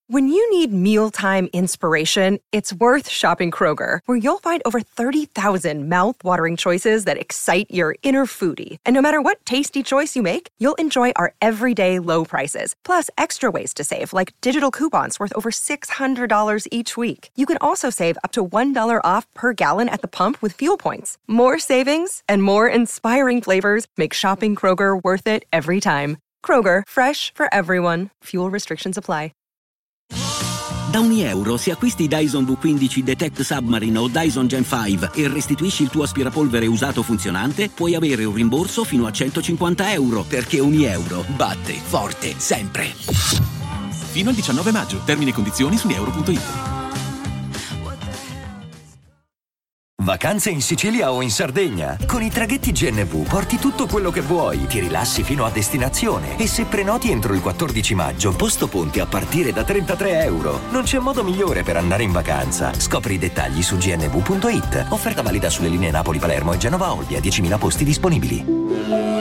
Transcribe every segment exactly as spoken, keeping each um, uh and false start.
When you need mealtime inspiration, it's worth shopping Kroger, where you'll find over thirty thousand mouth-watering choices that excite your inner foodie. And no matter what tasty choice you make, you'll enjoy our everyday low prices, plus extra ways to save, like digital coupons worth over six hundred dollars each week. You can also save up to one dollar off per gallon at the pump with fuel points. More savings and more inspiring flavors make shopping Kroger worth it every time. Kroger, fresh for everyone. Fuel restrictions apply. Da ogni euro, se acquisti Dyson V quindici Detect Submarine o Dyson Gen cinque e restituisci il tuo aspirapolvere usato funzionante, puoi avere un rimborso fino a centocinquanta euro, perché ogni euro batte forte sempre. Fino al diciannove maggio. Termini e condizioni su euro punto it. Vacanze in Sicilia o in Sardegna? Con i traghetti G N V porti tutto quello che vuoi, ti rilassi fino a destinazione e se prenoti entro il quattordici maggio, posto ponti a partire da trentatré euro. Non c'è modo migliore per andare in vacanza. Scopri i dettagli su g n v punto it. Offerta valida sulle linee Napoli-Palermo e Genova-Olbia, diecimila posti disponibili.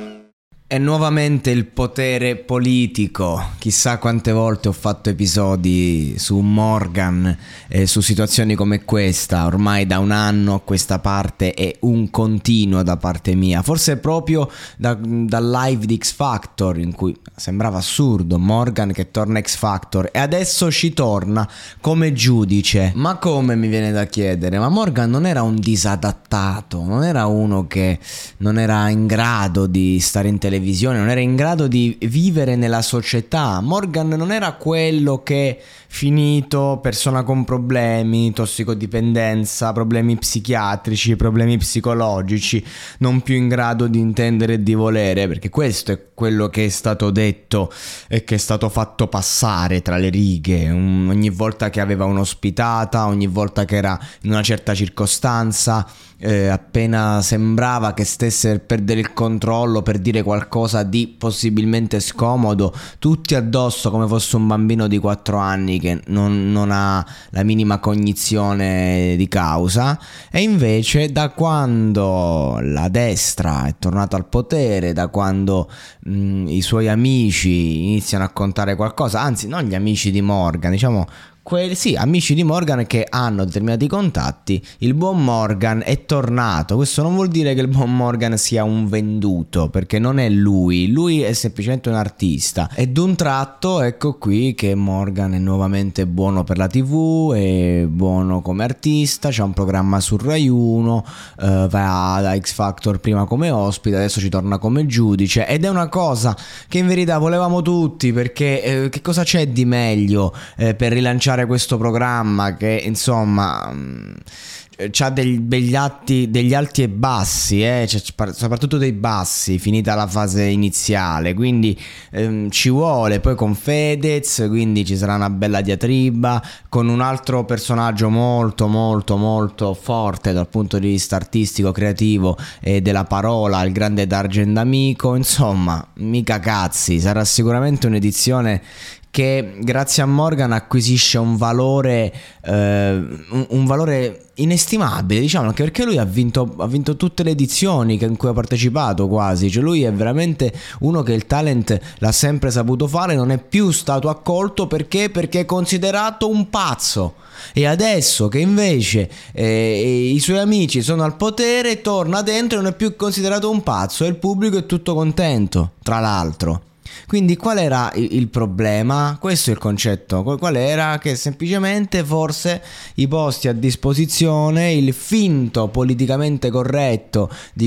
E nuovamente il potere politico. Chissà quante volte ho fatto episodi su Morgan e su situazioni come questa. Ormai da un anno a questa parte è un continuo da parte mia. Forse proprio da, dal live di X Factor, in cui sembrava assurdo Morgan che torna X Factor e adesso ci torna come giudice. Ma come, mi viene da chiedere? Ma Morgan non era un disadattato, non era uno che non era in grado di stare in televisione, non era in grado di vivere nella società. Morgan non era quello che, finito, persona con problemi, tossicodipendenza, problemi psichiatrici, problemi psicologici, non più in grado di intendere e di volere, perché questo è quello che è stato detto e che è stato fatto passare tra le righe um, ogni volta che aveva un'ospitata, ogni volta che era in una certa circostanza. Eh, appena sembrava che stesse per perdere il controllo, per dire qualcosa di possibilmente scomodo, tutti addosso come fosse un bambino di quattro anni che non, non ha la minima cognizione di causa. E invece da quando la destra è tornata al potere, da quando mh, i suoi amici iniziano a contare qualcosa, anzi non gli amici di Morgan, diciamo quelli, sì, amici di Morgan che hanno determinati contatti, il buon Morgan è tornato. Questo non vuol dire che il buon Morgan sia un venduto, perché non è lui, lui è semplicemente un artista. E d'un tratto ecco qui che Morgan è nuovamente buono per la tivù, è buono come artista, c'ha un programma su Rai uno, eh, va da X Factor prima come ospite, adesso ci torna come giudice, ed è una cosa che in verità volevamo tutti, perché eh, che cosa c'è di meglio eh, per rilanciare questo programma che insomma mh, c'ha degli, degli, atti, degli alti e bassi, eh? C'è soprattutto dei bassi finita la fase iniziale, quindi ehm, ci vuole. Poi con Fedez, quindi ci sarà una bella diatriba con un altro personaggio molto molto molto forte dal punto di vista artistico, creativo e della parola, il grande D'Argent D'Amico. Insomma, mica cazzi, sarà sicuramente un'edizione che grazie a Morgan acquisisce un valore eh, un, un valore inestimabile, diciamo, anche perché lui ha vinto, ha vinto tutte le edizioni in cui ha partecipato quasi, cioè lui è veramente uno che il talent l'ha sempre saputo fare, non è più stato accolto perché perché è considerato un pazzo. E adesso che invece eh, i suoi amici sono al potere, torna dentro e non è più considerato un pazzo e il pubblico è tutto contento, tra l'altro. Quindi qual era il problema? Questo è il concetto. Qual era? Che semplicemente forse i posti a disposizione, il finto politicamente corretto di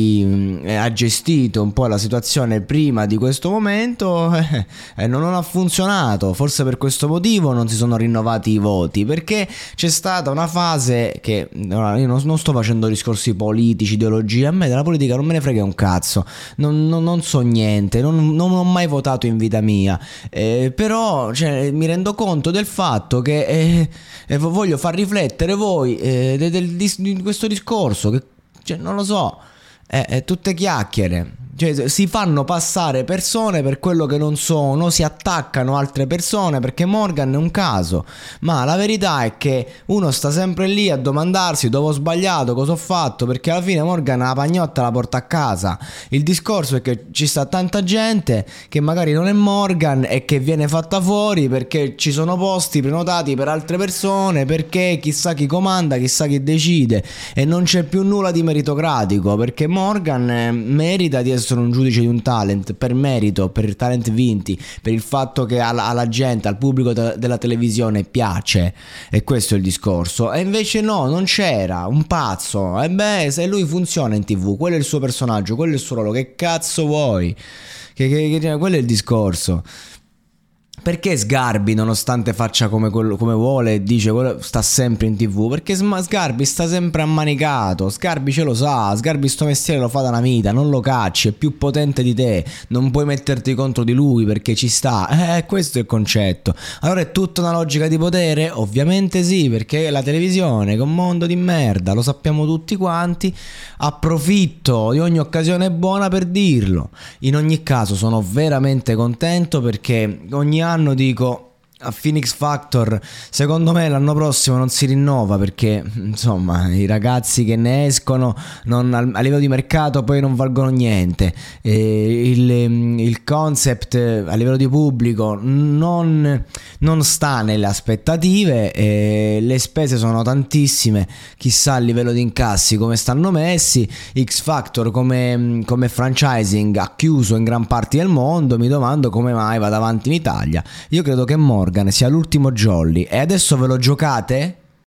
chi ha gestito un po' la situazione prima di questo momento eh, non ha funzionato. Forse per questo motivo non si sono rinnovati i voti, perché c'è stata una fase che ora, io non, non sto facendo discorsi politici, ideologie, a me della politica non me ne frega un cazzo, non, non, non so niente, non, non ho mai votato in vita mia, eh, però cioè, mi rendo conto del fatto che eh, eh, voglio far riflettere voi eh, del, del, di questo discorso che cioè, non lo so, è, è tutte chiacchiere, Cioè, si fanno passare persone per quello che non sono, si attaccano altre persone, perché Morgan è un caso. Ma la verità è che uno sta sempre lì a domandarsi dove ho sbagliato, cosa ho fatto, perché alla fine Morgan la pagnotta la porta a casa. Il discorso è che ci sta tanta gente che magari non è Morgan e che viene fatta fuori perché ci sono posti prenotati per altre persone, perché chissà chi comanda, chissà chi decide, e non c'è più nulla di meritocratico, perché Morgan eh, merita di essere un giudice di un talent per merito, per talent vinti, per il fatto che alla, alla gente, al pubblico de- della televisione piace, e questo è il discorso. E invece no, non c'era un pazzo, e beh, se lui funziona in tv, quello è il suo personaggio, quello è il suo ruolo, che cazzo vuoi? Che, che, che, quello è il discorso. Perché Sgarbi, nonostante faccia come, quello, come vuole, dice quello, sta sempre in tv? Perché Sgarbi sta sempre ammanicato. Sgarbi ce lo sa. Sgarbi sto mestiere lo fa da una vita, non lo cacci, è più potente di te, non puoi metterti contro di lui perché ci sta. Eh, questo è il concetto. Allora è tutta una logica di potere? Ovviamente sì, perché la televisione, che è un mondo di merda, lo sappiamo tutti quanti. Approfitto di ogni occasione buona per dirlo. In ogni caso sono veramente contento, perché ogni anno dico a Phoenix Factor, secondo me l'anno prossimo non si rinnova, perché insomma i ragazzi che ne escono non, a livello di mercato poi non valgono niente, e il, il concept a livello di pubblico non, non sta nelle aspettative, e le spese sono tantissime, chissà a livello di incassi come stanno messi. X Factor come, come franchising ha chiuso in gran parte del mondo, mi domando come mai vada avanti in Italia. Io credo che Morgan sia l'ultimo jolly, e adesso ve lo giocate?